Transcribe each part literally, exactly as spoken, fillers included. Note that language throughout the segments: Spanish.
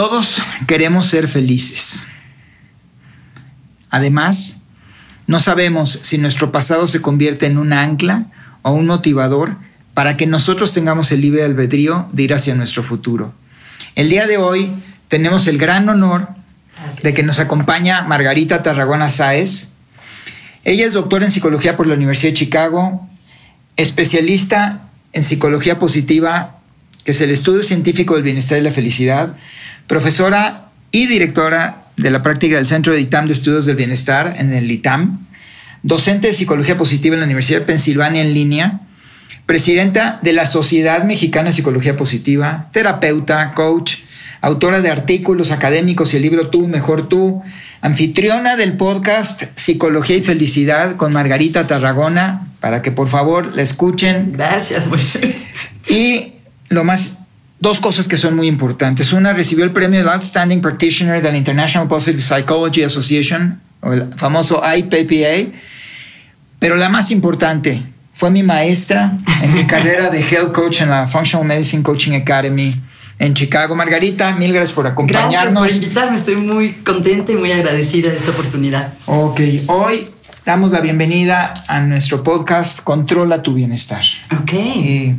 Todos queremos ser felices. Además, no sabemos si nuestro pasado se convierte en un ancla o un motivador para que nosotros tengamos el libre albedrío de ir hacia nuestro futuro. El día de hoy tenemos el gran honor de que nos acompaña Margarita Tarragona Sáez. Ella es doctora en psicología por la Universidad de Chicago, especialista en psicología positiva, que es el estudio científico del bienestar y la felicidad, profesora y directora de la práctica del Centro de I T A M de Estudios del Bienestar en el I T A M, docente de psicología positiva en la Universidad de Pensilvania en línea, presidenta de la Sociedad Mexicana de Psicología Positiva, terapeuta, coach, autora de artículos académicos y el libro Tú, Mejor Tú, anfitriona del podcast Psicología y Felicidad con Margarita Tarragona, para que por favor la escuchen. Gracias, Moisés. Y lo más, dos cosas que son muy importantes. Una, recibió el premio del Outstanding Practitioner de la International Positive Psychology Association, o el famoso I P P A, pero la más importante, fue mi maestra en mi carrera de Health Coach en la Functional Medicine Coaching Academy en Chicago. Margarita, mil gracias por acompañarnos. Gracias por invitarme, estoy muy contenta y muy agradecida de esta oportunidad. Ok, hoy damos la bienvenida a nuestro podcast Controla tu Bienestar. Ok. Y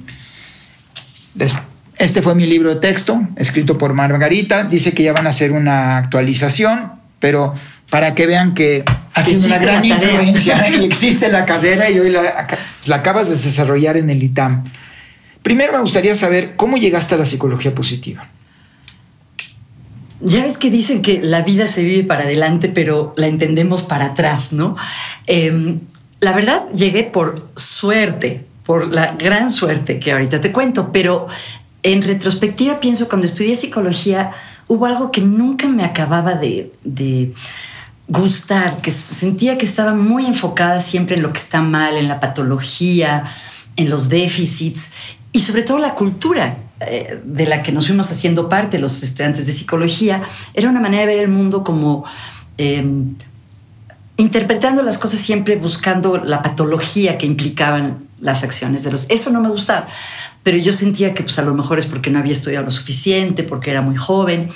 este fue mi libro de texto, escrito por Margarita. Dice que ya van a hacer una actualización, pero para que vean que ha sido una gran influencia y existe la carrera y hoy la, la acabas de desarrollar en el I T A M. Primero me gustaría saber cómo llegaste a la psicología positiva. Ya ves que dicen que la vida se vive para adelante, pero la entendemos para atrás, ¿no? Eh, la verdad, llegué por suerte, por la gran suerte que ahorita te cuento, pero en retrospectiva pienso, cuando estudié psicología, hubo algo que nunca me acababa de, de gustar, que sentía que estaba muy enfocada siempre en lo que está mal, en la patología, en los déficits y sobre todo la cultura eh, de la que nos fuimos haciendo parte los estudiantes de psicología. Era una manera de ver el mundo como eh, interpretando las cosas siempre buscando la patología que implicaban las acciones de los... Eso no me gustaba, pero yo sentía que pues, a lo mejor es porque no había estudiado lo suficiente, porque era muy joven.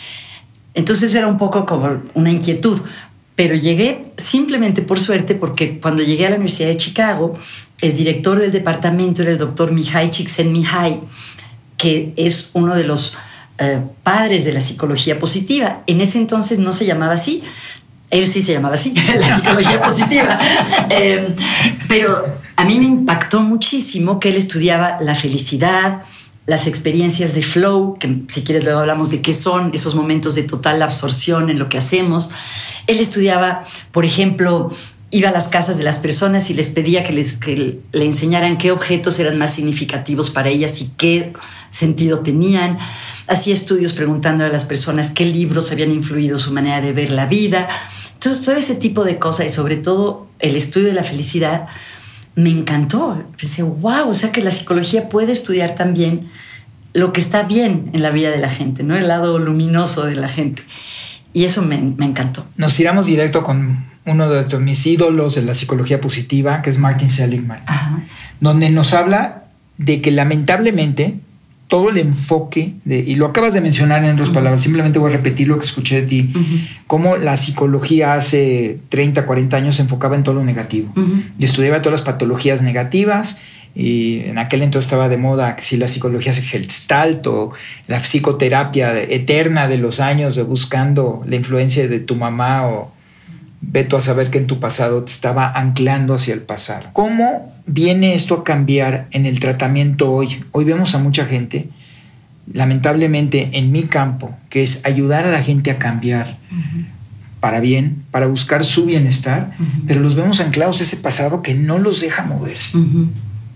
Entonces era un poco como una inquietud, pero llegué simplemente por suerte, porque cuando llegué a la Universidad de Chicago, el director del departamento era el doctor Mihai Csikszentmihalyi, que es uno de los eh, padres de la psicología positiva. En ese entonces no se llamaba así, él sí se llamaba así, la psicología positiva. Eh, pero a mí me impactó muchísimo que él estudiaba la felicidad, las experiencias de flow, que si quieres luego hablamos de qué son esos momentos de total absorción en lo que hacemos. Él estudiaba, por ejemplo, iba a las casas de las personas y les pedía que, les, que le enseñaran qué objetos eran más significativos para ellas y qué sentido tenían. Hacía estudios preguntando a las personas qué libros habían influido su manera de ver la vida. Entonces, todo ese tipo de cosas y sobre todo el estudio de la felicidad me encantó. Pensé, wow, o sea que la psicología puede estudiar también lo que está bien en la vida de la gente, ¿no? El lado luminoso de la gente. Y eso me, me encantó. Nos iremos directo con uno de mis ídolos de la psicología positiva, que es Martin Seligman, Ajá. donde nos habla de que lamentablemente todo el enfoque, de, y lo acabas de mencionar en otras uh-huh. palabras, simplemente voy a repetir lo que escuché de ti, uh-huh. cómo la psicología hace treinta, cuarenta años se enfocaba en todo lo negativo uh-huh. y estudiaba todas las patologías negativas, y en aquel entonces estaba de moda que si la psicología es Gestalt o la psicoterapia eterna de los años de buscando la influencia de tu mamá o ve tú a saber que en tu pasado te estaba anclando hacia el pasado. ¿Cómo viene esto a cambiar en el tratamiento hoy? Hoy vemos a mucha gente, lamentablemente en mi campo, que es ayudar a la gente a cambiar uh-huh. para bien, para buscar su bienestar, uh-huh. pero los vemos anclados a ese pasado que no los deja moverse. Uh-huh.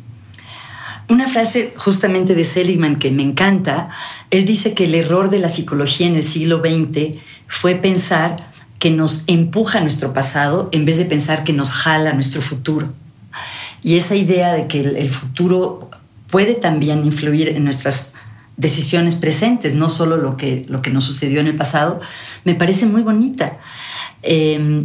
Una frase justamente de Seligman que me encanta, él dice que el error de la psicología en el siglo veinte fue pensar que nos empuja a nuestro pasado en vez de pensar que nos jala a nuestro futuro. Y esa idea de que el, el futuro puede también influir en nuestras decisiones presentes, no solo lo que, lo que nos sucedió en el pasado, me parece muy bonita. Eh,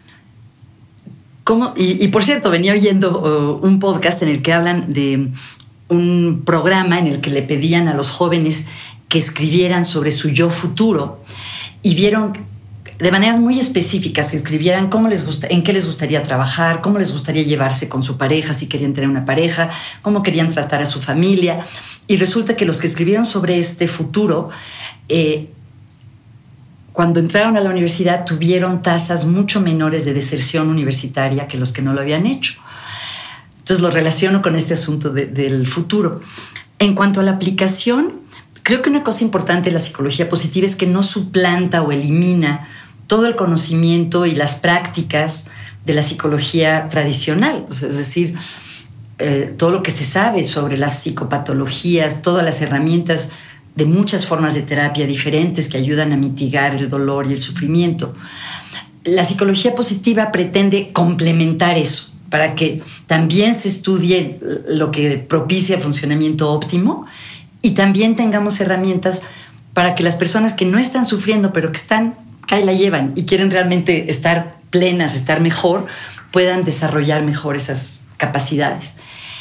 ¿cómo? Y, y por cierto, venía oyendo uh, un podcast en el que hablan de un programa en el que le pedían a los jóvenes que escribieran sobre su yo futuro y vieron de maneras muy específicas que escribieran cómo les gusta, en qué les gustaría trabajar, cómo les gustaría llevarse con su pareja, si querían tener una pareja, cómo querían tratar a su familia. Y resulta que los que escribieron sobre este futuro, eh, cuando entraron a la universidad, tuvieron tasas mucho menores de deserción universitaria que los que no lo habían hecho. Entonces lo relaciono con este asunto de, del futuro. En cuanto a la aplicación, creo que una cosa importante de la psicología positiva es que no suplanta o elimina todo el conocimiento y las prácticas de la psicología tradicional. O sea, es decir, eh, todo lo que se sabe sobre las psicopatologías, todas las herramientas de muchas formas de terapia diferentes que ayudan a mitigar el dolor y el sufrimiento. La psicología positiva pretende complementar eso para que también se estudie lo que propicia el funcionamiento óptimo y también tengamos herramientas para que las personas que no están sufriendo, pero que están, ahí la llevan y quieren realmente estar plenas, estar mejor, puedan desarrollar mejor esas capacidades.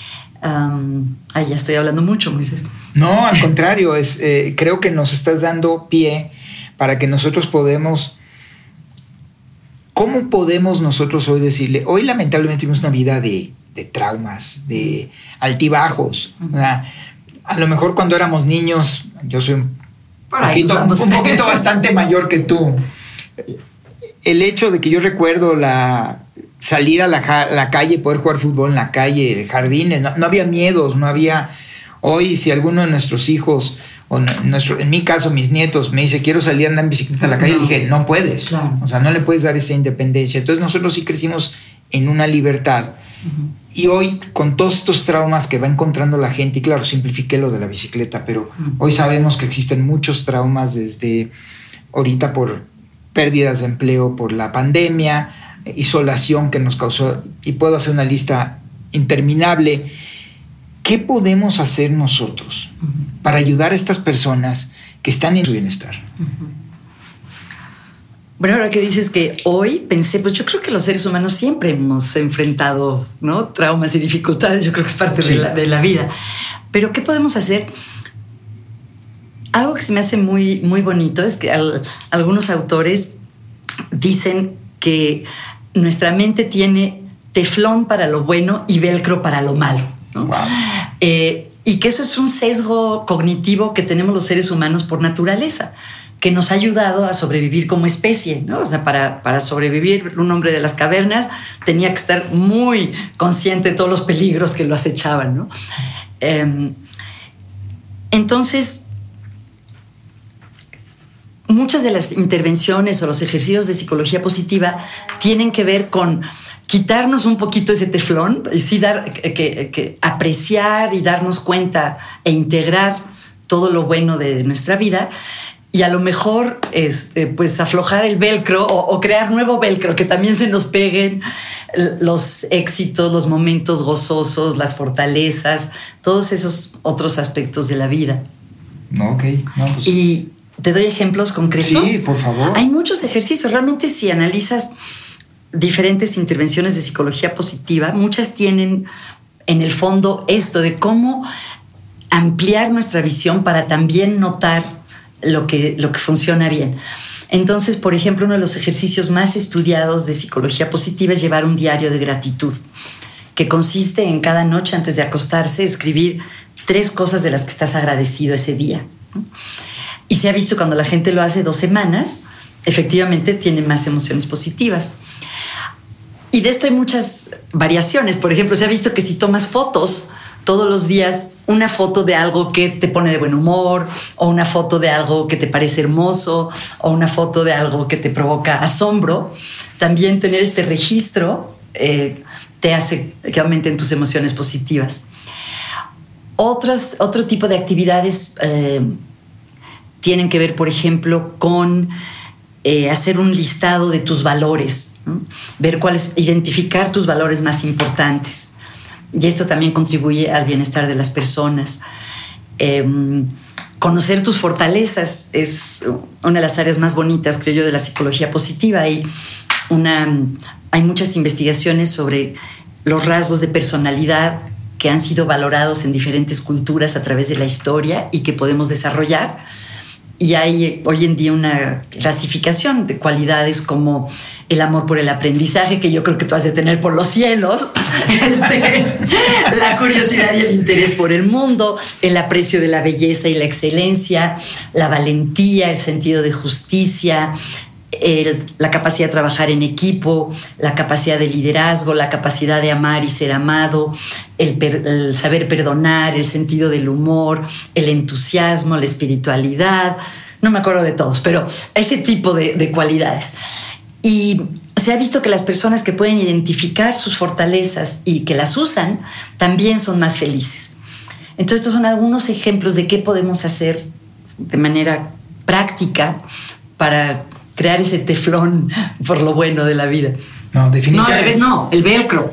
Um, ay, ya estoy hablando mucho, Moisés. No, al contrario, es, eh, creo que nos estás dando pie para que nosotros podemos... ¿Cómo podemos nosotros hoy decirle? Hoy lamentablemente tuvimos una vida de, de traumas, de altibajos. Uh-huh. O sea, a lo mejor cuando éramos niños, yo soy un poquito, un, un poquito bastante mayor que tú. El hecho de que yo recuerdo la... salir a la, la calle, poder jugar fútbol en la calle, jardines, no, no había miedos, no había... Hoy, si alguno de nuestros hijos, o nuestro, en mi caso, mis nietos, me dice, quiero salir a andar en bicicleta a la calle, no. dije, no puedes. Claro. O sea, no le puedes dar esa independencia. Entonces, nosotros sí crecimos en una libertad. Uh-huh. Y hoy, con todos estos traumas que va encontrando la gente, y claro, simplifiqué lo de la bicicleta, pero uh-huh. hoy sabemos que existen muchos traumas desde ahorita por pérdidas de empleo, por la pandemia, isolación que nos causó, y puedo hacer una lista interminable. ¿Qué podemos hacer nosotros uh-huh. para ayudar a estas personas que están en su bienestar? Uh-huh. Bueno, ahora que dices que hoy pensé, pues yo creo que los seres humanos siempre hemos enfrentado, ¿no?, traumas y dificultades. Yo creo que es parte sí. de, la, de la vida. Pero ¿qué podemos hacer? Algo que se me hace muy, muy bonito es que al, algunos autores dicen que nuestra mente tiene teflón para lo bueno y velcro para lo malo, ¿no? Wow. Eh, y que eso es un sesgo cognitivo que tenemos los seres humanos por naturaleza, que nos ha ayudado a sobrevivir como especie, ¿no? O sea, para, para sobrevivir, un hombre de las cavernas tenía que estar muy consciente de todos los peligros que lo acechaban, ¿no? Eh, entonces, muchas de las intervenciones o los ejercicios de psicología positiva tienen que ver con quitarnos un poquito ese teflón y sí dar, que, que apreciar y darnos cuenta e integrar todo lo bueno de nuestra vida y a lo mejor este, pues aflojar el velcro o, o crear nuevo velcro, que también se nos peguen los éxitos, los momentos gozosos, las fortalezas, todos esos otros aspectos de la vida. No, ok. No, pues... Y ¿te doy ejemplos concretos? Sí, por favor. Hay muchos ejercicios. Realmente, si analizas diferentes intervenciones de psicología positiva, muchas tienen en el fondo esto de cómo ampliar nuestra visión para también notar lo que, lo que funciona bien. Entonces, por ejemplo, uno de los ejercicios más estudiados de psicología positiva es llevar un diario de gratitud, que consiste en cada noche antes de acostarse escribir tres cosas de las que estás agradecido ese día. Y se ha visto cuando la gente lo hace dos semanas, efectivamente tiene más emociones positivas. Y de esto hay muchas variaciones. Por ejemplo, se ha visto que si tomas fotos todos los días, una foto de algo que te pone de buen humor, o una foto de algo que te parece hermoso, o una foto de algo que te provoca asombro, también tener este registro eh, te hace que aumenten tus emociones positivas. Otras, otro tipo de actividades eh, tienen que ver, por ejemplo, con eh, hacer un listado de tus valores, ¿no? Ver cuáles, identificar tus valores más importantes. Y esto también contribuye al bienestar de las personas. Eh, conocer tus fortalezas es una de las áreas más bonitas, creo yo, de la psicología positiva. Hay, una, hay muchas investigaciones sobre los rasgos de personalidad que han sido valorados en diferentes culturas a través de la historia y que podemos desarrollar. Y hay hoy en día una clasificación de cualidades como el amor por el aprendizaje, que yo creo que tú has de tener por los cielos, este, la curiosidad y el interés por el mundo, el aprecio de la belleza y la excelencia, la valentía, el sentido de justicia, el, la capacidad de trabajar en equipo, la capacidad de liderazgo, la capacidad de amar y ser amado, el, per, el saber perdonar, el sentido del humor, el entusiasmo, la espiritualidad. No me acuerdo de todos, pero ese tipo de, de cualidades. Y se ha visto que las personas que pueden identificar sus fortalezas y que las usan también son más felices. Entonces, estos son algunos ejemplos de qué podemos hacer de manera práctica para crear ese teflón por lo bueno de la vida. No, definitivamente. No, al revés no, el velcro.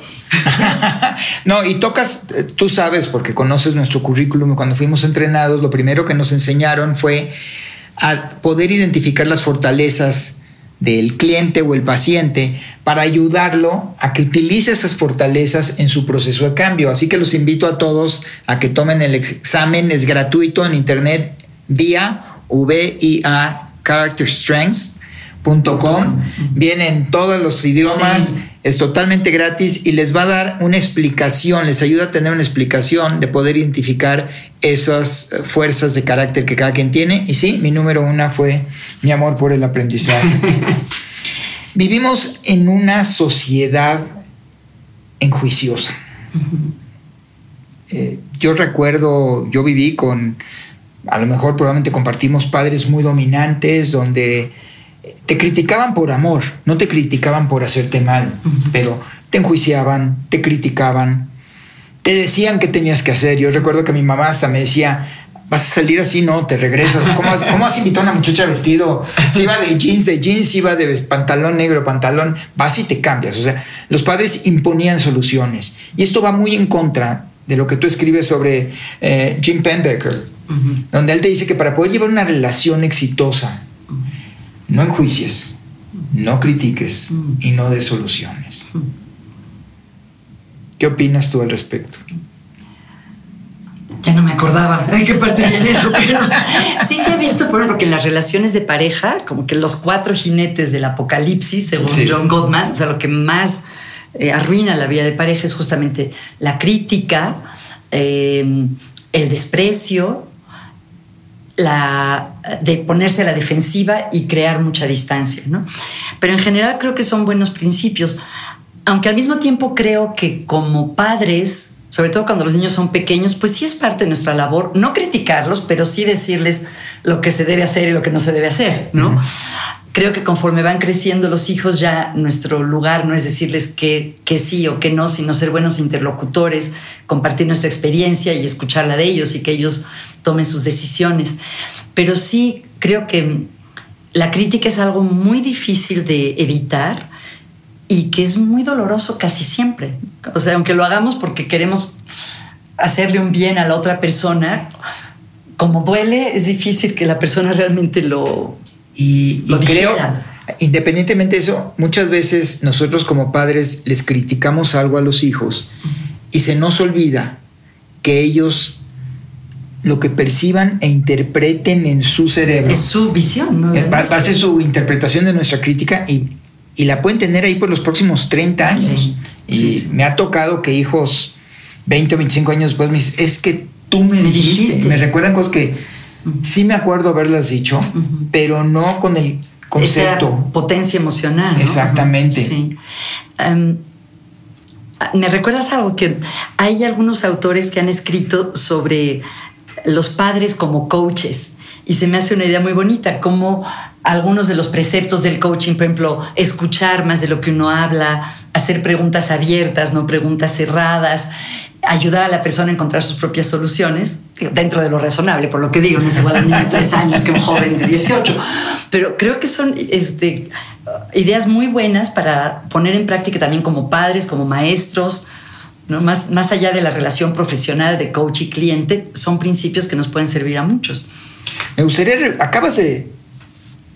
No, y tocas, tú sabes, porque conoces nuestro currículum, cuando fuimos entrenados, lo primero que nos enseñaron fue a poder identificar las fortalezas del cliente o el paciente para ayudarlo a que utilice esas fortalezas en su proceso de cambio. Así que los invito a todos a que tomen el examen, es gratuito en internet, vía V I A character strengths punto com. Viene en todos los idiomas, sí. Es totalmente gratis y les va a dar una explicación, les ayuda a tener una explicación de poder identificar esas fuerzas de carácter que cada quien tiene. Y sí, mi número una fue mi amor por el aprendizaje. Vivimos en una sociedad enjuiciosa. Uh-huh. Eh, yo recuerdo, yo viví con, a lo mejor probablemente compartimos padres muy dominantes donde te criticaban por amor, no te criticaban por hacerte mal, uh-huh. Pero te enjuiciaban, te criticaban, te decían qué tenías que hacer. Yo recuerdo que mi mamá hasta me decía, vas a salir así, no, te regresas. ¿Cómo has, cómo has invitado a una muchacha vestido? Si iba de jeans, de jeans, si iba de pantalón negro, pantalón, vas y te cambias. O sea, los padres imponían soluciones. Y esto va muy en contra de lo que tú escribes sobre eh, Jim Penbecker, uh-huh. Donde él te dice que para poder llevar una relación exitosa, no enjuicies, no critiques y no des soluciones. ¿Qué opinas tú al respecto? Ya no me acordaba de qué parte viene eso, pero sí se ha visto, por ejemplo, que en las relaciones de pareja, como que los cuatro jinetes del apocalipsis, según sí. John Gottman, o sea, lo que más eh, arruina la vida de pareja es justamente la crítica, eh, el desprecio, La, de ponerse a la defensiva y crear mucha distancia, ¿no? Pero en general creo que son buenos principios, aunque al mismo tiempo creo que como padres, sobre todo cuando los niños son pequeños, pues sí es parte de nuestra labor, no criticarlos, pero sí decirles lo que se debe hacer y lo que no se debe hacer, ¿no? Uh-huh. Creo que conforme van creciendo los hijos, ya nuestro lugar no es decirles que, que sí o que no, sino ser buenos interlocutores, compartir nuestra experiencia y escucharla de ellos y que ellos tomen sus decisiones. Pero sí creo que la crítica es algo muy difícil de evitar y que es muy doloroso casi siempre. O sea, aunque lo hagamos porque queremos hacerle un bien a la otra persona, como duele, es difícil que la persona realmente lo... Y, y creo, independientemente de eso, muchas veces nosotros como padres les criticamos algo a los hijos, uh-huh. Y se nos olvida que ellos lo que perciban e interpreten en su cerebro es su visión, ¿no? Va, va a ser su interpretación de nuestra crítica y, y la pueden tener ahí por los próximos treinta años. Sí, y sí, sí. Me ha tocado que hijos veinte o veinticinco años después me dicen, es que tú me, me dijiste, dijiste, me recuerdan cosas que sí me acuerdo haberlas dicho, uh-huh. Pero no con el concepto. Esa potencia emocional, ¿no? Exactamente. Sí. Um, me recuerdas algo que hay algunos autores que han escrito sobre los padres como coaches y se me hace una idea muy bonita, como algunos de los preceptos del coaching, por ejemplo, escuchar más de lo que uno habla, hacer preguntas abiertas, no preguntas cerradas, ayudar a la persona a encontrar sus propias soluciones dentro de lo razonable, por lo que digo, no es igual a un niño de tres años que un joven de dieciocho, pero creo que son este, ideas muy buenas para poner en práctica también como padres, como maestros, ¿no? Más, más allá de la relación profesional de coach y cliente, son principios que nos pueden servir a muchos. Me gustaría, acabas de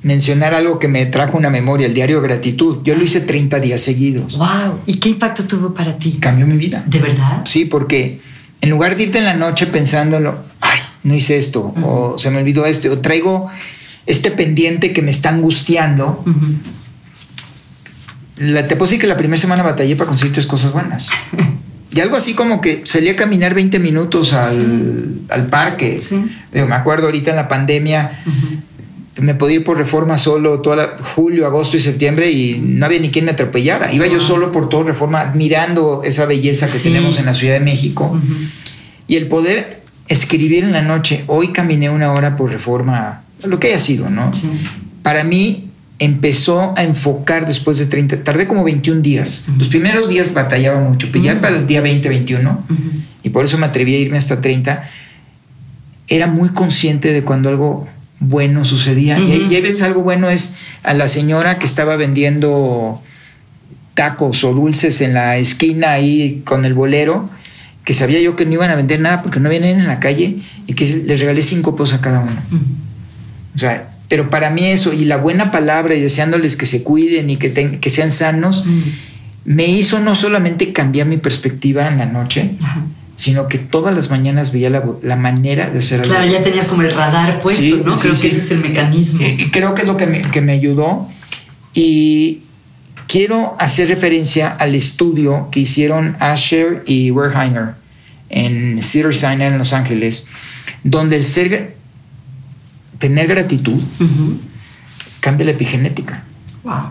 mencionar algo que me trajo una memoria, el diario de gratitud. Yo lo hice treinta días seguidos. ¡Wow! ¿Y qué impacto tuvo para ti? Cambió mi vida. ¿De verdad? Sí, porque en lugar de irte en la noche pensándolo, ay, no hice esto, uh-huh. o se me olvidó este, o traigo este pendiente que me está angustiando, uh-huh. la, te puedo decir que la primera semana batallé para conseguir tres cosas buenas. Y algo así como que salí a caminar veinte minutos al, sí. al parque. Sí. Digo, me acuerdo ahorita en la pandemia, uh-huh. me podía ir por Reforma solo toda la, julio, agosto y septiembre y no había ni quien me atropellara. Iba uh-huh. yo solo por todo Reforma, admirando esa belleza que sí. tenemos en la Ciudad de México. Uh-huh. Y el poder escribir en la noche, hoy caminé una hora por Reforma, lo que haya sido, ¿no? Sí. Para mí empezó a enfocar después de treinta, tardé como veintiún días. Uh-huh. Los primeros días batallaba mucho, pero uh-huh. ya para el día veinte, veintiuno, uh-huh. y por eso me atreví a irme hasta treinta, era muy consciente de cuando algo bueno sucedía. Uh-huh. Y, y hay veces algo bueno es a la señora que estaba vendiendo tacos o dulces en la esquina ahí con el bolero, que sabía yo que no iban a vender nada porque no vienen en la calle, y que les regalé cinco pesos a cada uno. Uh-huh. O sea, pero para mí eso, y la buena palabra y deseándoles que se cuiden y que, ten, que sean sanos, mm. me hizo no solamente cambiar mi perspectiva en la noche, ajá. sino que todas las mañanas veía la, la manera de hacer algo. Claro, ya tenías como el radar puesto, sí, ¿no? Sí, creo sí, que sí. ese es el mecanismo. Y creo que es lo que me, que me ayudó. Y quiero hacer referencia al estudio que hicieron Asher y Wertheimer en Cedars-Sinai, en Los Ángeles, donde el ser... tener gratitud uh-huh. cambia la epigenética. Wow.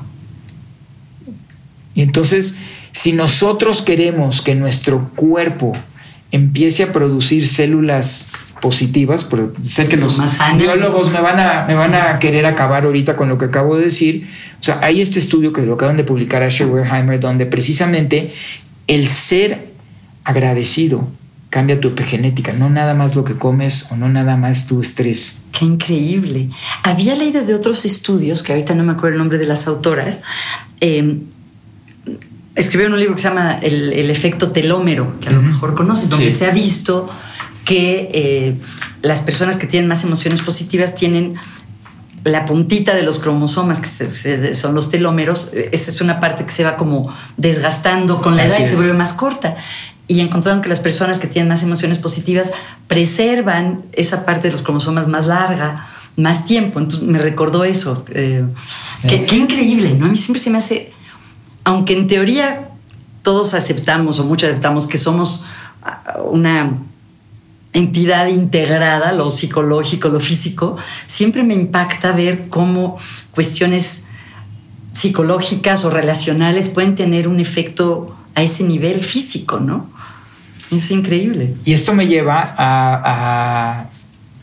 Y entonces, si nosotros queremos que nuestro cuerpo empiece a producir células positivas, pero sé que los biólogos me van a, me van a querer acabar ahorita con lo que acabo de decir. O sea, hay este estudio que lo acaban de publicar Asher Wertheimer, donde precisamente el ser agradecido cambia tu epigenética, no nada más lo que comes o no nada más tu estrés. ¡Qué increíble! Había leído de otros estudios, que ahorita no me acuerdo el nombre de las autoras, eh, escribieron un libro que se llama El, el efecto telómero, que a lo uh-huh. mejor conoces, donde sí. se ha visto que eh, las personas que tienen más emociones positivas tienen la puntita de los cromosomas, que se, se, son los telómeros. Esa es una parte que se va como desgastando con la edad y se vuelve más corta. Y encontraron que las personas que tienen más emociones positivas preservan esa parte de los cromosomas más larga, más tiempo. Entonces me recordó eso. Eh, eh. Qué, qué increíble, ¿no? A mí siempre se me hace, aunque en teoría todos aceptamos o muchos aceptamos que somos una entidad integrada, lo psicológico, lo físico, siempre me impacta ver cómo cuestiones psicológicas o relacionales pueden tener un efecto a ese nivel físico, ¿no? Es increíble. Y esto me lleva a, a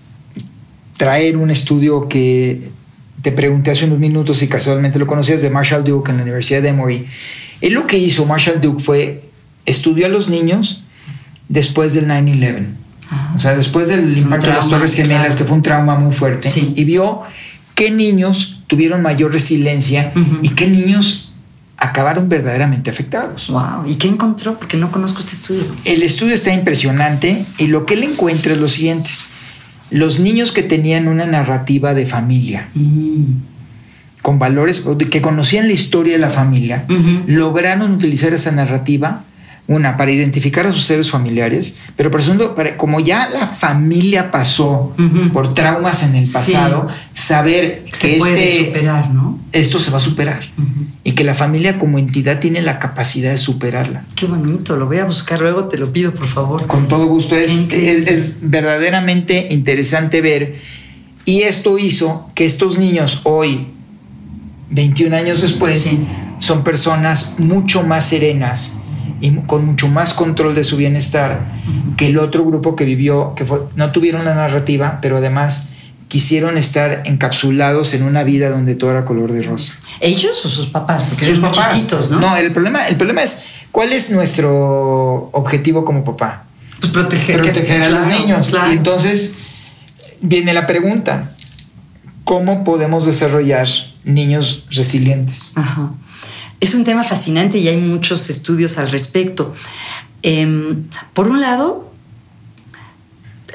traer un estudio que te pregunté hace unos minutos y casualmente lo conocías, de Marshall Duke en la Universidad de Emory. Él lo que hizo, Marshall Duke, fue estudió a los niños después del nueve once. Ah, o sea, después del impacto de las Torres Gemelas, claro. que fue un trauma muy fuerte. Sí. Y vio qué niños tuvieron mayor resiliencia uh-huh. y qué niños acabaron verdaderamente afectados. Wow. ¿Y qué encontró? Porque no conozco este estudio. El estudio está impresionante y lo que él encuentra es lo siguiente. Los niños que tenían una narrativa de familia, mm. con valores, que conocían la historia de la familia, uh-huh. lograron utilizar esa narrativa, una, para identificar a sus seres familiares, pero por segundo, para, como ya la familia pasó uh-huh. por traumas en el pasado, sí. saber se que puede este, superar, ¿no? esto se va a superar uh-huh. y que la familia como entidad tiene la capacidad de superarla. Qué bonito, lo voy a buscar luego, te lo pido por favor. Con todo gusto, es, es, es verdaderamente interesante ver, y esto hizo que estos niños hoy, veintiún años después, sí. son personas mucho más serenas y con mucho más control de su bienestar uh-huh. que el otro grupo que vivió, que fue, no tuvieron la narrativa, pero además quisieron estar encapsulados en una vida donde todo era color de rosa. ¿Ellos o sus papás? Porque sus eran papás, chiquitos, ¿no? No, el problema, el problema es, ¿cuál es nuestro objetivo como papá? Pues proteger, proteger que, a claro, los niños. Claro. Y entonces viene la pregunta, ¿cómo podemos desarrollar niños resilientes? Ajá. Es un tema fascinante y hay muchos estudios al respecto. Eh, por un lado,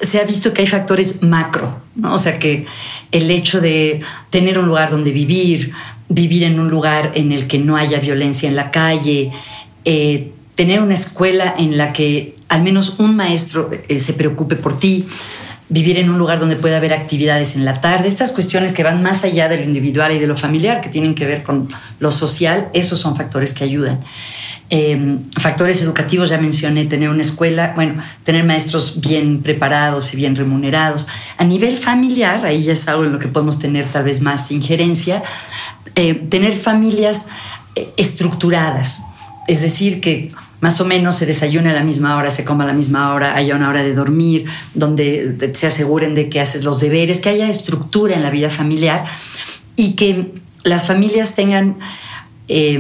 se ha visto que hay factores macro, ¿no? O sea, que el hecho de tener un lugar donde vivir, vivir en un lugar en el que no haya violencia en la calle, eh, tener una escuela en la que al menos un maestro eh, se preocupe por ti, vivir en un lugar donde pueda haber actividades en la tarde, estas cuestiones que van más allá de lo individual y de lo familiar, que tienen que ver con lo social, esos son factores que ayudan. Eh, factores educativos, ya mencioné, tener una escuela, bueno, tener maestros bien preparados y bien remunerados. A nivel familiar, ahí ya es algo en lo que podemos tener tal vez más injerencia, eh, tener familias eh, estructuradas, es decir, que más o menos se desayune a la misma hora, se coma a la misma hora, haya una hora de dormir, donde se aseguren de que haces los deberes, que haya estructura en la vida familiar y que las familias tengan eh,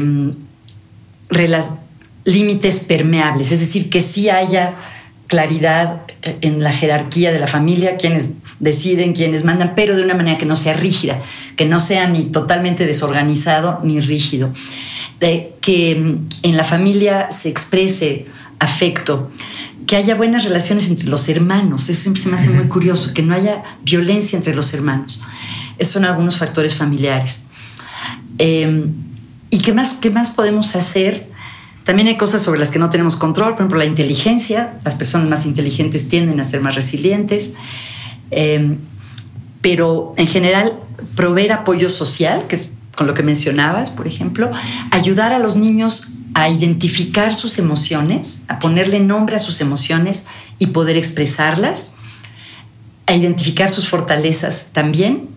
límites permeables, es decir, que sí haya claridad en la jerarquía de la familia, quienes deciden, quienes mandan, pero de una manera que no sea rígida, que no sea ni totalmente desorganizado ni rígido. Eh, que en la familia se exprese afecto, que haya buenas relaciones entre los hermanos. Eso siempre se me hace muy curioso, que no haya violencia entre los hermanos. Esos son algunos factores familiares. Eh, ¿Y qué más, qué más podemos hacer? También hay cosas sobre las que no tenemos control, por ejemplo, la inteligencia. Las personas más inteligentes tienden a ser más resilientes. Eh, pero en general, proveer apoyo social, que es con lo que mencionabas, por ejemplo, ayudar a los niños a identificar sus emociones, a ponerle nombre a sus emociones y poder expresarlas, a identificar sus fortalezas también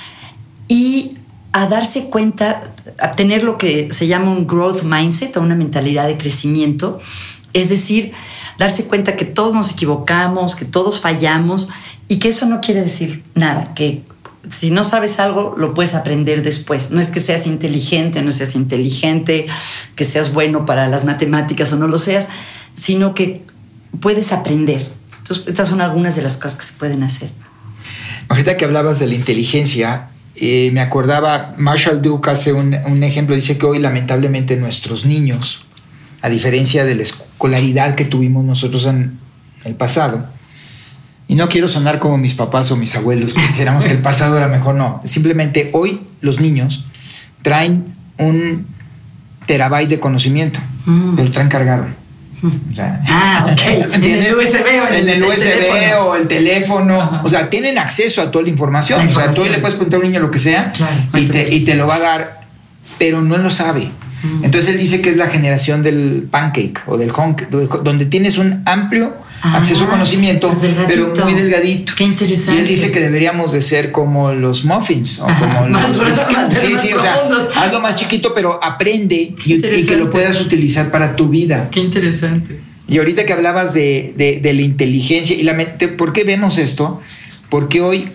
y a darse cuenta, a tener lo que se llama un growth mindset o una mentalidad de crecimiento, es decir, darse cuenta que todos nos equivocamos, que todos fallamos y que eso no quiere decir nada, que si no sabes algo, lo puedes aprender después. No es que seas inteligente o no seas inteligente, que seas bueno para las matemáticas o no lo seas, sino que puedes aprender. Entonces, estas son algunas de las cosas que se pueden hacer. Ahorita que hablabas de la inteligencia, eh, me acordaba, Marshall Duke hace un, un ejemplo, dice que hoy lamentablemente nuestros niños, a diferencia de la escolaridad que tuvimos nosotros en el pasado, y no quiero sonar como mis papás o mis abuelos, que dijéramos que el pasado era mejor, no. Simplemente hoy los niños traen un terabyte de conocimiento, mm. pero lo traen cargado. O sea, ah, ok. En el U S B o en el, en el U S B teléfono. o el teléfono. Uh-huh. O sea, tienen acceso a toda la información. La información. O sea, tú le puedes preguntar a un niño lo que sea, claro, y, te, y te lo va a dar, pero no lo sabe. Mm. Entonces él dice que es la generación del pancake o del honk, donde tienes un amplio Ah, acceso a conocimiento, pero muy delgadito. Qué interesante. Y él dice que deberíamos de ser como los muffins o Ajá, como más los, los sí, sí, sí, o sea, hazlo más chiquito, pero aprende y, y que lo puedas utilizar para tu vida. Qué interesante. Y ahorita que hablabas de, de, de la inteligencia y la mente, ¿por qué vemos esto? Porque hoy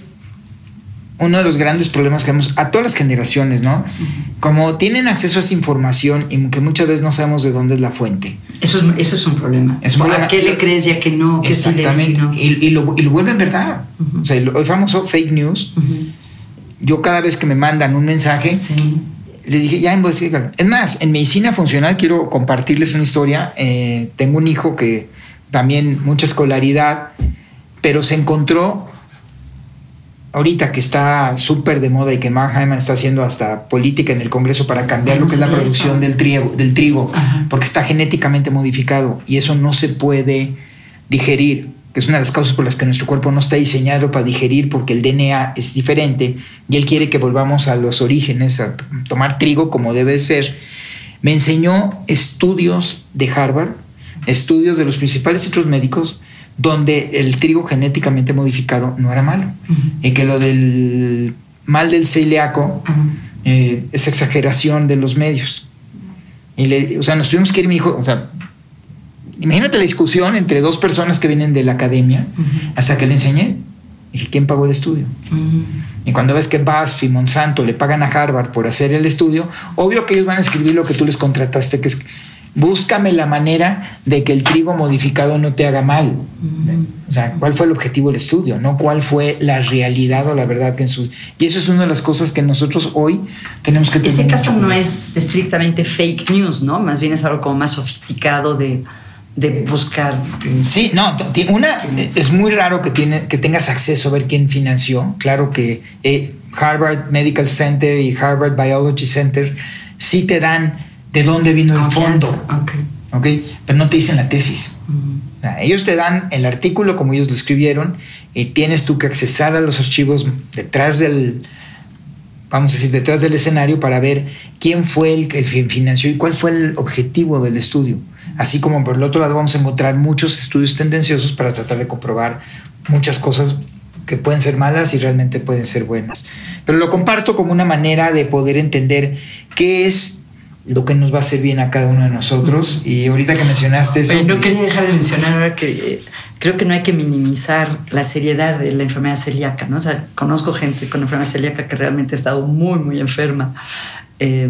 uno de los grandes problemas que vemos a todas las generaciones, ¿no? Uh-huh. Como tienen acceso a esa información y que muchas veces no sabemos de dónde es la fuente. Eso es, eso es un problema. Es un problema. ¿A qué le crees y a qué no? ¿Qué exactamente. Sí le, no? y, y, lo, y lo vuelven verdad. Uh-huh. O sea, el, el famoso fake news. Uh-huh. Yo cada vez que me mandan un mensaje, sí. le dije, ya investiga. Es más, en medicina funcional quiero compartirles una historia. Eh, tengo un hijo que también mucha escolaridad, pero se encontró ahorita que está súper de moda y que Mark Hyman está haciendo hasta política en el Congreso para cambiar no lo que es la producción del trigo, del trigo porque está genéticamente modificado y eso no se puede digerir, que es una de las causas por las que nuestro cuerpo no está diseñado para digerir porque el D N A es diferente y él quiere que volvamos a los orígenes, a tomar trigo como debe ser. Me enseñó estudios de Harvard, estudios de los principales centros médicos donde el trigo genéticamente modificado no era malo. Uh-huh. Y que lo del mal del celíaco uh-huh. eh, es exageración de los medios. Y le, o sea, nos tuvimos que ir, mi hijo, o sea, imagínate la discusión entre dos personas que vienen de la academia, uh-huh. hasta que le enseñé, dije, ¿quién pagó el estudio? Uh-huh. Y cuando ves que BASF y Monsanto le pagan a Harvard por hacer el estudio, obvio que ellos van a escribir lo que tú les contrataste, que es búscame la manera de que el trigo modificado no te haga mal. Mm. O sea, ¿cuál fue el objetivo del estudio? No cuál fue la realidad o la verdad que en sus... Y eso es una de las cosas que nosotros hoy tenemos que tener. Ese caso no es estrictamente fake news, ¿no? Más bien es algo como más sofisticado de de buscar. Sí, no, una, es muy raro que, tiene, que tengas acceso a ver quién financió. Claro que eh, Harvard Medical Center y Harvard Biology Center sí te dan de dónde vino Confianza. El fondo. Okay. Okay, pero no te dicen la tesis. Uh-huh. O sea, ellos te dan el artículo como ellos lo escribieron y tienes tú que accesar a los archivos detrás del, vamos a decir, detrás del escenario para ver quién fue el que financió y cuál fue el objetivo del estudio. Así como por el otro lado vamos a encontrar muchos estudios tendenciosos para tratar de comprobar muchas cosas que pueden ser malas y realmente pueden ser buenas. Pero lo comparto como una manera de poder entender qué es lo que nos va a hacer bien a cada uno de nosotros. Y ahorita que mencionaste eso... Pero no quería dejar de mencionar ahora que eh, creo que no hay que minimizar la seriedad de la enfermedad celíaca, ¿no? O sea, conozco gente con enfermedad celíaca que realmente ha estado muy, muy enferma. Eh,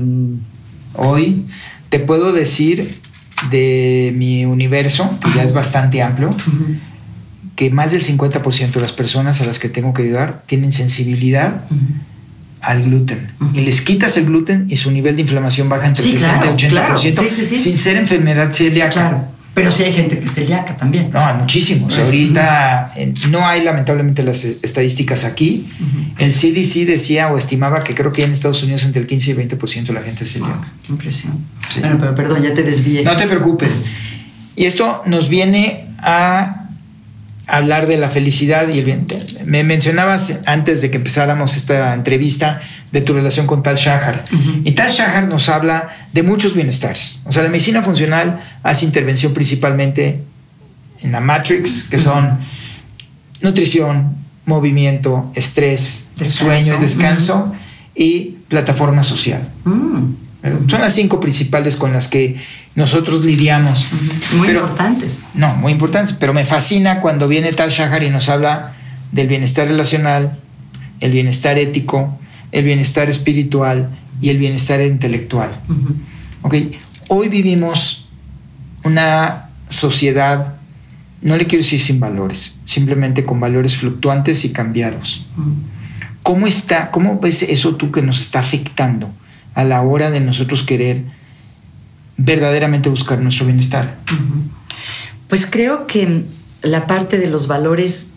Hoy te puedo decir de mi universo, que ya es bastante amplio, uh-huh. que más del cincuenta por ciento de las personas a las que tengo que ayudar tienen sensibilidad uh-huh. al gluten. Uh-huh. Y les quitas el gluten y su nivel de inflamación baja entre sí, setenta claro, y ochenta por ciento claro. sí, sí, sí. sin ser enfermedad celíaca. Claro. Pero sí hay gente que es celíaca también. No, hay muchísimos. Pues, ahorita eh, no hay lamentablemente las estadísticas aquí. Uh-huh. El C D C decía o estimaba que creo que en Estados Unidos entre el quince y veinte por ciento de la gente es celíaca. Wow, qué impresión. Sí. Bueno, pero perdón, ya te desvié. No te preocupes. Y esto nos viene a hablar de la felicidad y el bien. Me mencionabas antes de que empezáramos esta entrevista de tu relación con Tal Shahar. Uh-huh. Y Tal Shahar nos habla de muchos bienestares. O sea, la medicina funcional hace intervención principalmente en la Matrix, que son uh-huh. nutrición, movimiento, estrés, descanso. sueño, descanso uh-huh. y plataforma social. Uh-huh. Son las cinco principales con las que nosotros lidiamos. Uh-huh. Muy pero, importantes. No, muy importantes. Pero me fascina cuando viene Tal Shahar y nos habla del bienestar relacional, el bienestar ético, el bienestar espiritual y el bienestar intelectual. Uh-huh. Okay. Hoy vivimos una sociedad, no le quiero decir sin valores, simplemente con valores fluctuantes y cambiados. Uh-huh. ¿Cómo está, cómo ves eso tú que nos está afectando a la hora de nosotros querer verdaderamente buscar nuestro bienestar? Uh-huh. Pues creo que la parte de los valores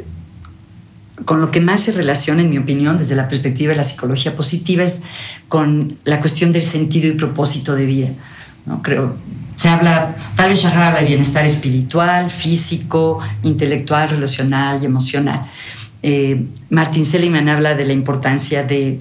con lo que más se relaciona, en mi opinión, desde la perspectiva de la psicología positiva, es con la cuestión del sentido y propósito de vida, ¿no? Creo, se habla, tal vez Shahar habla de bienestar espiritual, físico, intelectual, relacional y emocional. Eh, Martin Seligman habla de la importancia de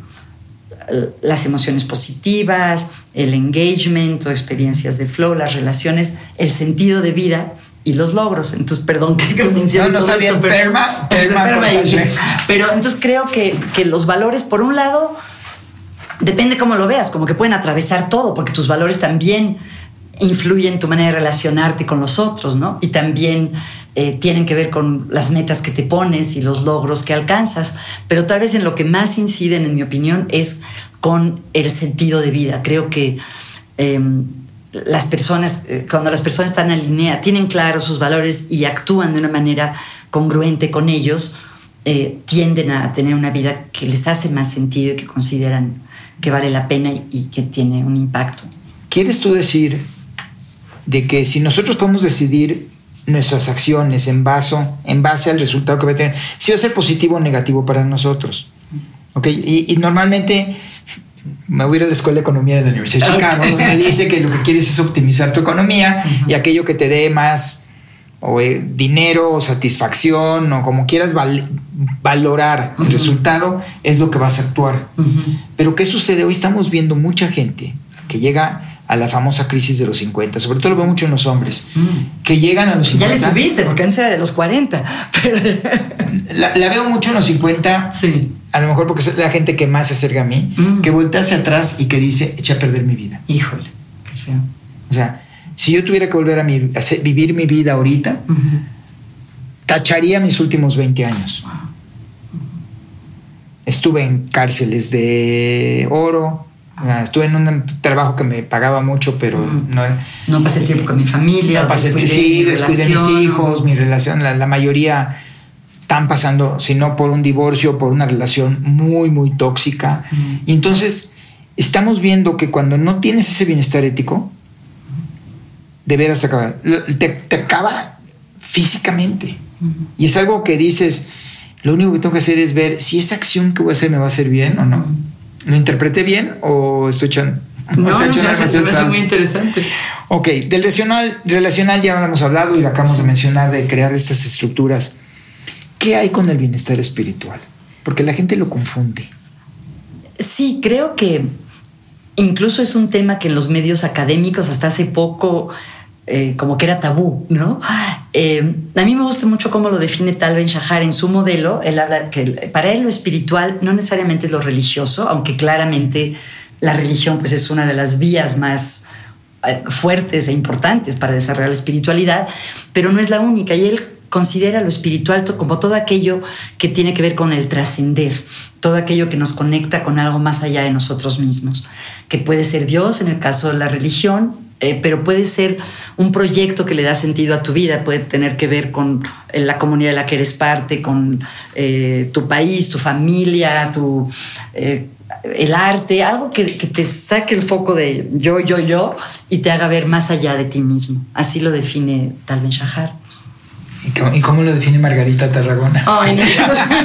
las emociones positivas, el engagement o experiencias de flow, las relaciones, el sentido de vida y los logros. Entonces, perdón que, que mencione no, no todo está esto, bien, pero, perma, perma, perma y, pero entonces creo que, que los valores, por un lado, depende cómo lo veas, como que pueden atravesar todo, porque tus valores también influyen en tu manera de relacionarte con los otros, ¿no? Y también eh, tienen que ver con las metas que te pones y los logros que alcanzas, pero tal vez en lo que más inciden, en mi opinión, es con el sentido de vida. Creo que eh, las personas, eh, cuando las personas están alineadas, tienen claros sus valores y actúan de una manera congruente con ellos, eh, tienden a tener una vida que les hace más sentido y que consideran que vale la pena y, y que tiene un impacto. ¿Quieres tú decir de que si nosotros podemos decidir nuestras acciones en base, en base al resultado que va a tener, si va a ser positivo o negativo para nosotros? ¿Okay? Y, y normalmente me voy a ir a la Escuela de Economía de la Universidad de Chicago, donde dice que lo que quieres es optimizar tu economía uh-huh. y aquello que te dé más o, eh, dinero o satisfacción o como quieras val- valorar uh-huh. el resultado es lo que vas a actuar. Uh-huh. Pero ¿qué sucede? Hoy estamos viendo mucha gente que llega a la famosa crisis de los cincuenta, sobre todo lo veo mucho en los hombres, mm. que llegan a los cincuenta. Ya le subiste, porque antes era de los cuarenta. Pero... La, la veo mucho en los cincuenta, sí. A lo mejor porque es la gente que más se acerca a mí, mm. que voltea hacia atrás y que dice, echa a perder mi vida. Híjole, qué feo. O sea, si yo tuviera que volver a, mi, a hacer, vivir mi vida ahorita, uh-huh. tacharía mis últimos veinte años. Wow. Uh-huh. Estuve en cárceles de oro. Estuve en un trabajo que me pagaba mucho, pero mm. no... No pasé tiempo con mi familia. No pasé, descuidé sí, mi descuidé relación. mis hijos, mi relación. La, la mayoría están pasando, si no por un divorcio, por una relación muy, muy tóxica. Mm. Y entonces estamos viendo que cuando no tienes ese bienestar ético, de veras te acaba. Te, te acaba físicamente. Uh-huh. Y es algo que dices, lo único que tengo que hacer es ver si esa acción que voy a hacer me va a hacer bien o no. Uh-huh. ¿Lo interpreté bien o estoy echando? No, no, no se, hace, se me hace muy interesante. Ok, del relacional, relacional ya lo hemos hablado y lo acabamos sí. de mencionar, de crear estas estructuras. ¿Qué hay con el bienestar espiritual? Porque la gente lo confunde. Sí, creo que incluso es un tema que en los medios académicos hasta hace poco eh, como que era tabú, ¿no? Eh, a mí me gusta mucho cómo lo define Tal Ben-Shahar en su modelo. Él habla que para él lo espiritual no necesariamente es lo religioso, aunque claramente la religión pues, es una de las vías más eh, fuertes e importantes para desarrollar la espiritualidad, pero no es la única. Y él considera lo espiritual como todo aquello que tiene que ver con el trascender, todo aquello que nos conecta con algo más allá de nosotros mismos, que puede ser Dios en el caso de la religión, eh, pero puede ser un proyecto que le da sentido a tu vida, puede tener que ver con la comunidad de la que eres parte, con eh, tu país, tu familia, tu, eh, el arte, algo que, que te saque el foco de yo, yo, yo y te haga ver más allá de ti mismo. Así lo define Tal Ben-Shahar. ¿Y cómo lo define Margarita Tarragona? Ay, no, no sé.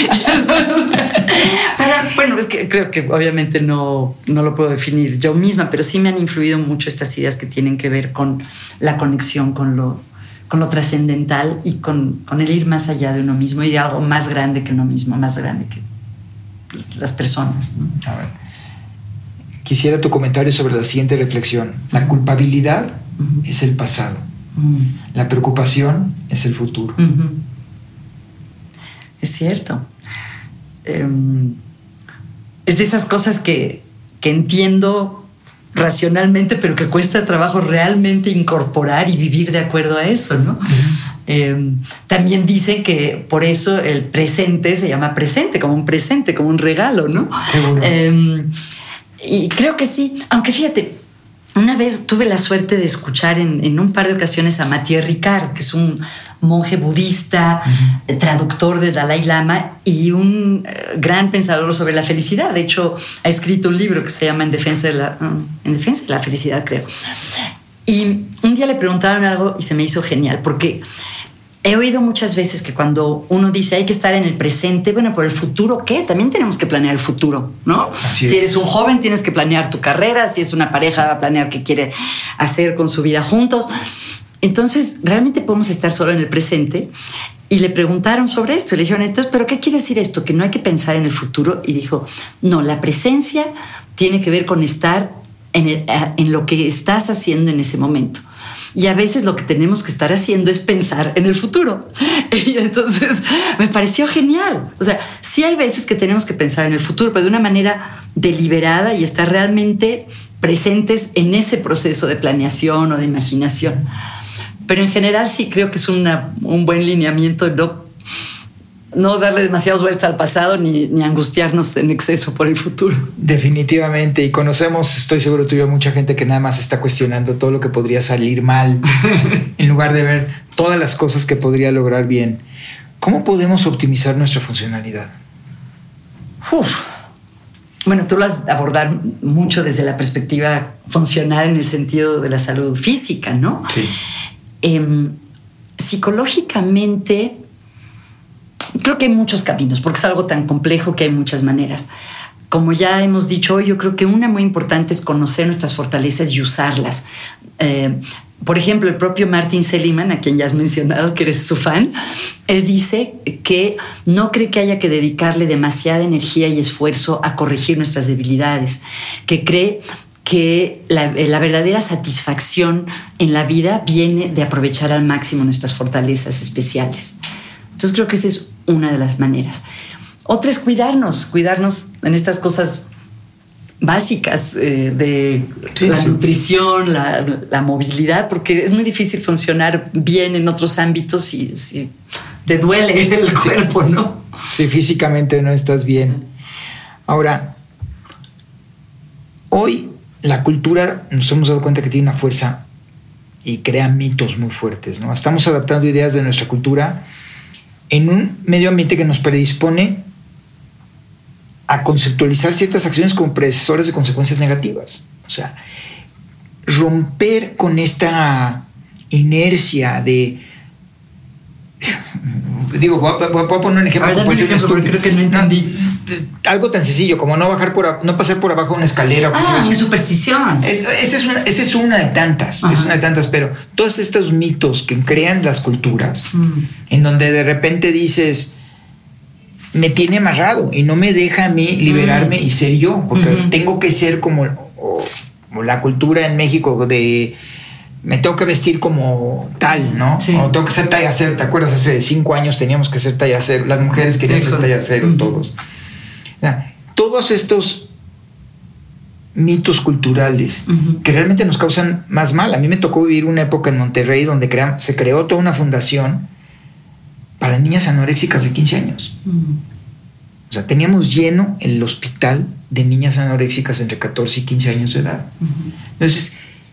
Para, bueno, es que creo que obviamente no, no lo puedo definir yo misma, pero sí me han influido mucho estas ideas que tienen que ver con la conexión con lo, con lo trascendental y con, con el ir más allá de uno mismo y de algo más grande que uno mismo, más grande que las personas, ¿no? A ver. Quisiera tu comentario sobre la siguiente reflexión. La culpabilidad uh-huh. es el pasado. La preocupación es el futuro. Uh-huh. Es cierto. Um, es de esas cosas que, que entiendo racionalmente, pero que cuesta trabajo realmente incorporar y vivir de acuerdo a eso, ¿no? Uh-huh. Um, también dicen que por eso el presente se llama presente, como un presente, como un regalo, ¿no? Seguro. Um, y creo que sí, aunque fíjate, una vez tuve la suerte de escuchar en, en un par de ocasiones a Matthieu Ricard, que es un monje budista, uh-huh. traductor del Dalai Lama y un uh, gran pensador sobre la felicidad. De hecho, ha escrito un libro que se llama En defensa de la, en defensa de la felicidad, creo. Y un día le preguntaron algo y se me hizo genial, porque he oído muchas veces que cuando uno dice hay que estar en el presente, bueno, pero el futuro, ¿qué? También tenemos que planear el futuro, ¿no? Así si es. eres un joven, tienes que planear tu carrera. Si es una pareja, va a planear qué quiere hacer con su vida juntos. Entonces, realmente podemos estar solo en el presente. Y le preguntaron sobre esto. Y le dijeron, entonces, ¿pero qué quiere decir esto? Que no hay que pensar en el futuro. Y dijo, no, la presencia tiene que ver con estar en, el, en lo que estás haciendo en ese momento. Y a veces lo que tenemos que estar haciendo es pensar en el futuro. Y entonces me pareció genial. O sea, sí hay veces que tenemos que pensar en el futuro, pero de una manera deliberada y estar realmente presentes en ese proceso de planeación o de imaginación. Pero en general sí creo que es una, un buen lineamiento no, no darle demasiadas vueltas al pasado ni, ni angustiarnos en exceso por el futuro. Definitivamente, y conocemos, estoy seguro tú y yo, mucha gente que nada más está cuestionando todo lo que podría salir mal en lugar de ver todas las cosas que podría lograr bien. ¿Cómo podemos optimizar nuestra funcionalidad? Uf. Bueno, tú lo has abordado mucho desde la perspectiva funcional en el sentido de la salud física, ¿no? Sí. Eh, psicológicamente creo que hay muchos caminos, porque es algo tan complejo que hay muchas maneras. Como ya hemos dicho hoy, yo creo que una muy importante es conocer nuestras fortalezas y usarlas. Eh, por ejemplo, el propio Martin Seligman, a quien ya has mencionado que eres su fan, él dice que no cree que haya que dedicarle demasiada energía y esfuerzo a corregir nuestras debilidades, que cree que la, la verdadera satisfacción en la vida viene de aprovechar al máximo nuestras fortalezas especiales. Entonces creo que esa es una de las maneras. Otra es cuidarnos, cuidarnos en estas cosas básicas eh, de sí, la sí. nutrición, la, la movilidad, porque es muy difícil funcionar bien en otros ámbitos si, si te duele el cuerpo, sí. ¿no? Si físicamente no estás bien. Ahora, hoy la cultura nos hemos dado cuenta que tiene una fuerza y crea mitos muy fuertes, ¿no? Estamos adaptando ideas de nuestra cultura en un medio ambiente que nos predispone a conceptualizar ciertas acciones como predecesores de consecuencias negativas. O sea, romper con esta inercia de... Digo, voy a, voy a poner un ejemplo. A ver, dame un ejemplo porque creo que no entendí. No, algo tan sencillo como no bajar por, no pasar por abajo de una escalera. Ah, mi superstición. Es, esa, es una, esa es una de tantas, Ajá. es una de tantas, pero todos estos mitos que crean las culturas, mm. en donde de repente dices, me tiene amarrado y no me deja a mí liberarme mm. y ser yo, porque mm-hmm. tengo que ser como, o, como la cultura en México de... me tengo que vestir como tal, ¿no? Sí. O tengo que ser talla cero. ¿Te acuerdas? Hace cinco años teníamos que ser talla cero. Las mujeres querían sí, ser talla cero, uh-huh. todos. O sea, todos estos mitos culturales uh-huh. que realmente nos causan más mal. A mí me tocó vivir una época en Monterrey donde crea, se creó toda una fundación para niñas anoréxicas de quince años. Uh-huh. O sea, teníamos lleno el hospital de niñas anoréxicas entre catorce y quince años de edad. Uh-huh. Entonces,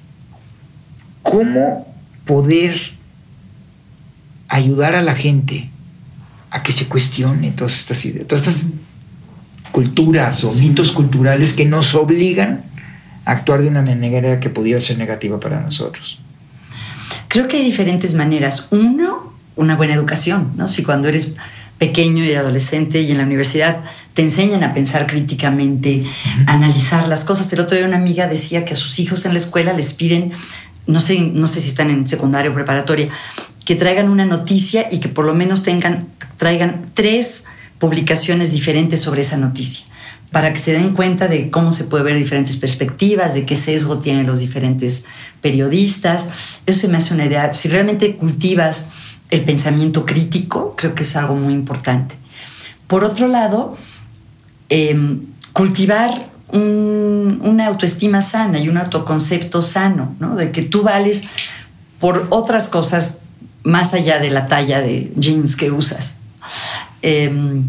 ¿cómo poder ayudar a la gente a que se cuestione todas estas ideas, todas estas culturas o sí. mitos culturales que nos obligan a actuar de una manera que pudiera ser negativa para nosotros? Creo que hay diferentes maneras. Uno, una buena educación, ¿no? Si cuando eres pequeño y adolescente y en la universidad te enseñan a pensar críticamente, uh-huh. a analizar las cosas. El otro día una amiga decía que a sus hijos en la escuela les piden, no sé, no sé si están en secundaria o preparatoria, que traigan una noticia y que por lo menos tengan, traigan tres publicaciones diferentes sobre esa noticia, para que se den cuenta de cómo se puede ver diferentes perspectivas, de qué sesgo tienen los diferentes periodistas. Eso se me hace una idea. Si realmente cultivas el pensamiento crítico, creo que es algo muy importante. Por otro lado, eh, cultivar un, una autoestima sana y un autoconcepto sano, ¿no? De que tú vales por otras cosas más allá de la talla de jeans que usas. Eh,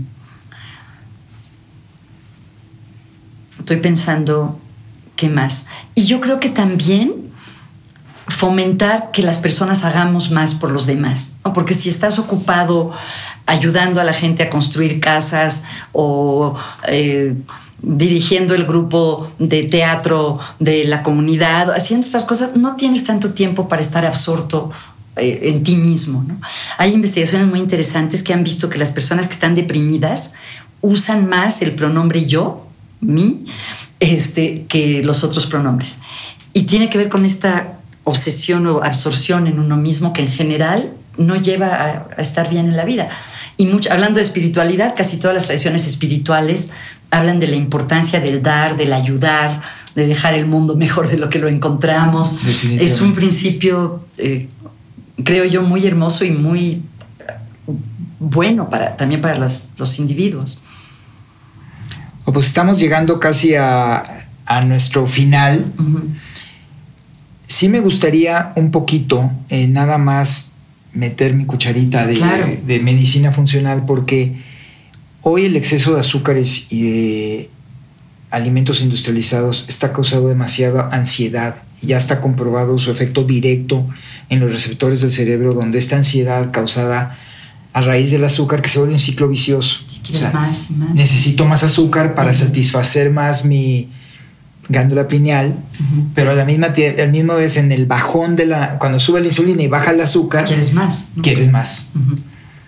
estoy pensando, ¿qué más? Y yo creo que también fomentar que las personas hagamos más por los demás, ¿no? Porque si estás ocupado ayudando a la gente a construir casas o eh, dirigiendo el grupo de teatro de la comunidad, haciendo otras cosas, no tienes tanto tiempo para estar absorto eh, en ti mismo, ¿no? Hay investigaciones muy interesantes que han visto que las personas que están deprimidas usan más el pronombre yo, mí, este, que los otros pronombres. Y tiene que ver con esta obsesión o absorción en uno mismo que en general no lleva a, a estar bien en la vida. Y mucho, hablando de espiritualidad, casi todas las tradiciones espirituales hablan de la importancia del dar, del ayudar, de dejar el mundo mejor de lo que lo encontramos. Es un principio, eh, creo yo, muy hermoso y muy bueno para, también para las, los individuos. Pues estamos llegando casi a, a nuestro final. Uh-huh. Sí me gustaría un poquito, eh, nada más meter mi cucharita de, claro. de, de medicina funcional, porque hoy el exceso de azúcares y de alimentos industrializados está causando demasiada ansiedad. Ya está comprobado su efecto directo en los receptores del cerebro, donde esta ansiedad causada a raíz del azúcar, que se vuelve un ciclo vicioso. Si quieres, o sea, más y más. Necesito más azúcar para uh-huh. satisfacer más mi glándula pineal, uh-huh. pero a la misma, al mismo vez en el bajón de la, cuando sube la insulina y baja el azúcar, quieres más, ¿no? Quieres más. Uh-huh.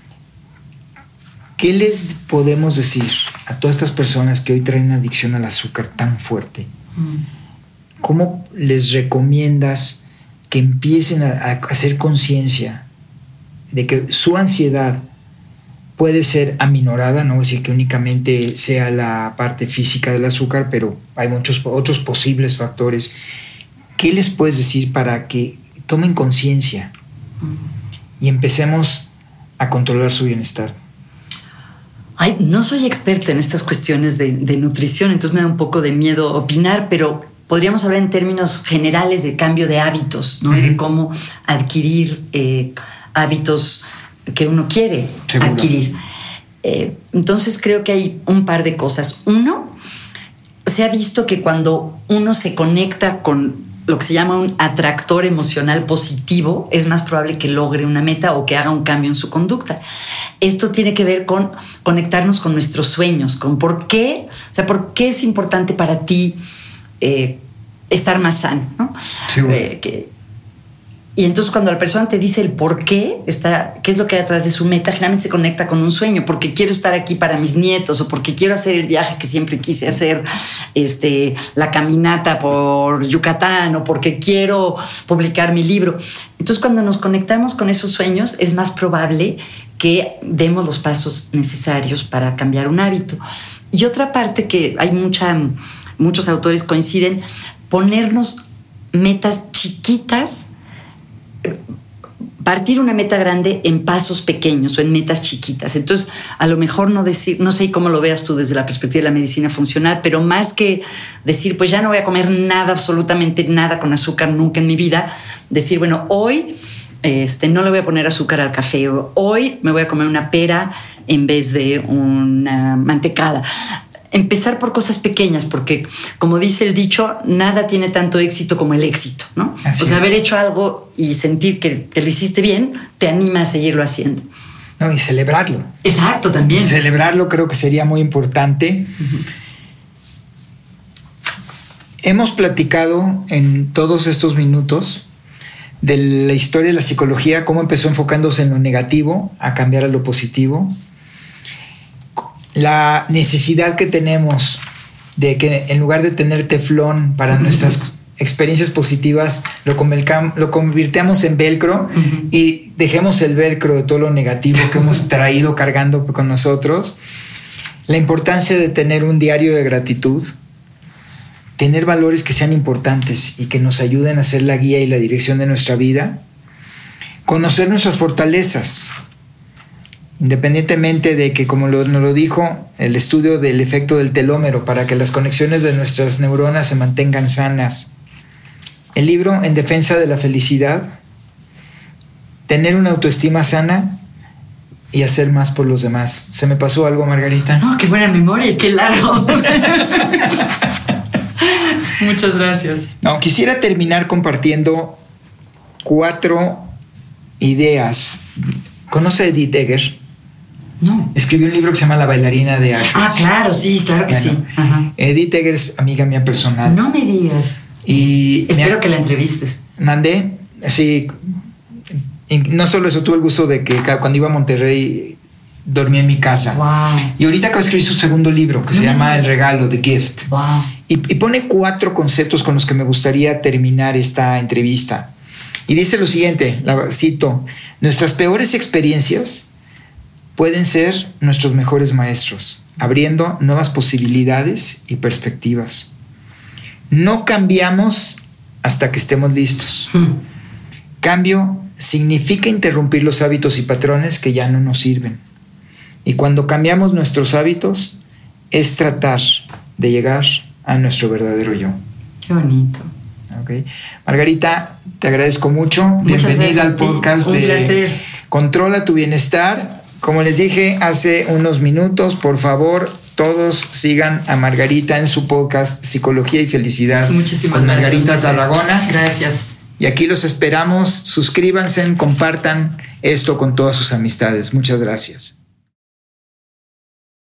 ¿Qué les podemos decir a todas estas personas que hoy traen una adicción al azúcar tan fuerte? Uh-huh. ¿Cómo les recomiendas que empiecen a, a hacer conciencia de que su ansiedad puede ser aminorada? No voy a decir que únicamente sea la parte física del azúcar, pero hay muchos otros posibles factores. ¿Qué les puedes decir para que tomen conciencia y empecemos a controlar su bienestar? Ay, no soy experta en estas cuestiones de, de nutrición, entonces me da un poco de miedo opinar, pero podríamos hablar en términos generales de cambio de hábitos, ¿no? Uh-huh. Y de cómo adquirir eh, hábitos que uno quiere Seguro. adquirir. Eh, entonces creo que hay un par de cosas. Uno, se ha visto que cuando uno se conecta con lo que se llama un atractor emocional positivo, es más probable que logre una meta o que haga un cambio en su conducta. Esto tiene que ver con conectarnos con nuestros sueños, con por qué, o sea, por qué es importante para ti eh, estar más sano, ¿no? Sí, bueno. eh, que, y entonces cuando la persona te dice el por qué, está, qué es lo que hay atrás de su meta, generalmente se conecta con un sueño, porque quiero estar aquí para mis nietos, o porque quiero hacer el viaje que siempre quise hacer, este, la caminata por Yucatán, o porque quiero publicar mi libro. Entonces cuando nos conectamos con esos sueños, es más probable que demos los pasos necesarios para cambiar un hábito. Y otra parte que hay mucha, muchos autores coinciden, ponernos metas chiquitas, partir una meta grande en pasos pequeños o en metas chiquitas. Entonces, a lo mejor no decir, no sé cómo lo veas tú desde la perspectiva de la medicina funcional, pero más que decir, pues ya no voy a comer nada, absolutamente nada con azúcar nunca en mi vida, decir, bueno, hoy este, no le voy a poner azúcar al café, hoy me voy a comer una pera en vez de una mantecada. Empezar por cosas pequeñas, porque como dice el dicho, nada tiene tanto éxito como el éxito, ¿no? Así o sea, es. haber hecho algo y sentir que, que lo hiciste bien te anima a seguirlo haciendo. No, y celebrarlo. Exacto, también. Celebrarlo creo que sería muy importante. Uh-huh. Hemos platicado en todos estos minutos de la historia de la psicología, cómo empezó enfocándose en lo negativo a cambiar a lo positivo. La necesidad que tenemos de que en lugar de tener teflón para uh-huh. nuestras experiencias positivas, lo, lo convirtamos en velcro uh-huh. y dejemos el velcro de todo lo negativo que hemos traído cargando con nosotros. La importancia de tener un diario de gratitud, tener valores que sean importantes y que nos ayuden a ser la guía y la dirección de nuestra vida, conocer nuestras fortalezas, independientemente de que, como lo, nos lo dijo el estudio del efecto del telómero, para que las conexiones de nuestras neuronas se mantengan sanas. El libro En defensa de la felicidad, tener una autoestima sana y hacer más por los demás. ¿Se me pasó algo, Margarita? No, qué buena memoria y qué largo. Muchas gracias. No, quisiera terminar compartiendo cuatro ideas. ¿Conoce a Edith Eger? No. Escribió un libro que se llama La bailarina de Auschwitz. Ah, claro, sí, claro que bueno, sí. Ajá. Edith Eger es amiga mía personal. No me digas. Y espero me, que la entrevistes. Mandé, sí. Y no solo eso, tuve el gusto de que cuando iba a Monterrey dormí en mi casa. Wow. Y ahorita acaba de escribir su segundo libro que no se llama digas. El regalo, The Gift. Wow. Y, y pone cuatro conceptos con los que me gustaría terminar esta entrevista. Y dice lo siguiente, la cito: nuestras peores experiencias pueden ser nuestros mejores maestros, abriendo nuevas posibilidades y perspectivas. No cambiamos hasta que estemos listos. Hmm. Cambio significa interrumpir los hábitos y patrones que ya no nos sirven. Y cuando cambiamos nuestros hábitos, es tratar de llegar a nuestro verdadero yo. Qué bonito. Okay. Margarita, te agradezco mucho. Muchas Bienvenida al podcast Un de placer. Controla tu Bienestar. Como les dije hace unos minutos, por favor, todos sigan a Margarita en su podcast Psicología y Felicidad. Muchísimas con gracias. Margarita Tarragona. Gracias. Y aquí los esperamos. Suscríbanse, compartan esto con todas sus amistades. Muchas gracias.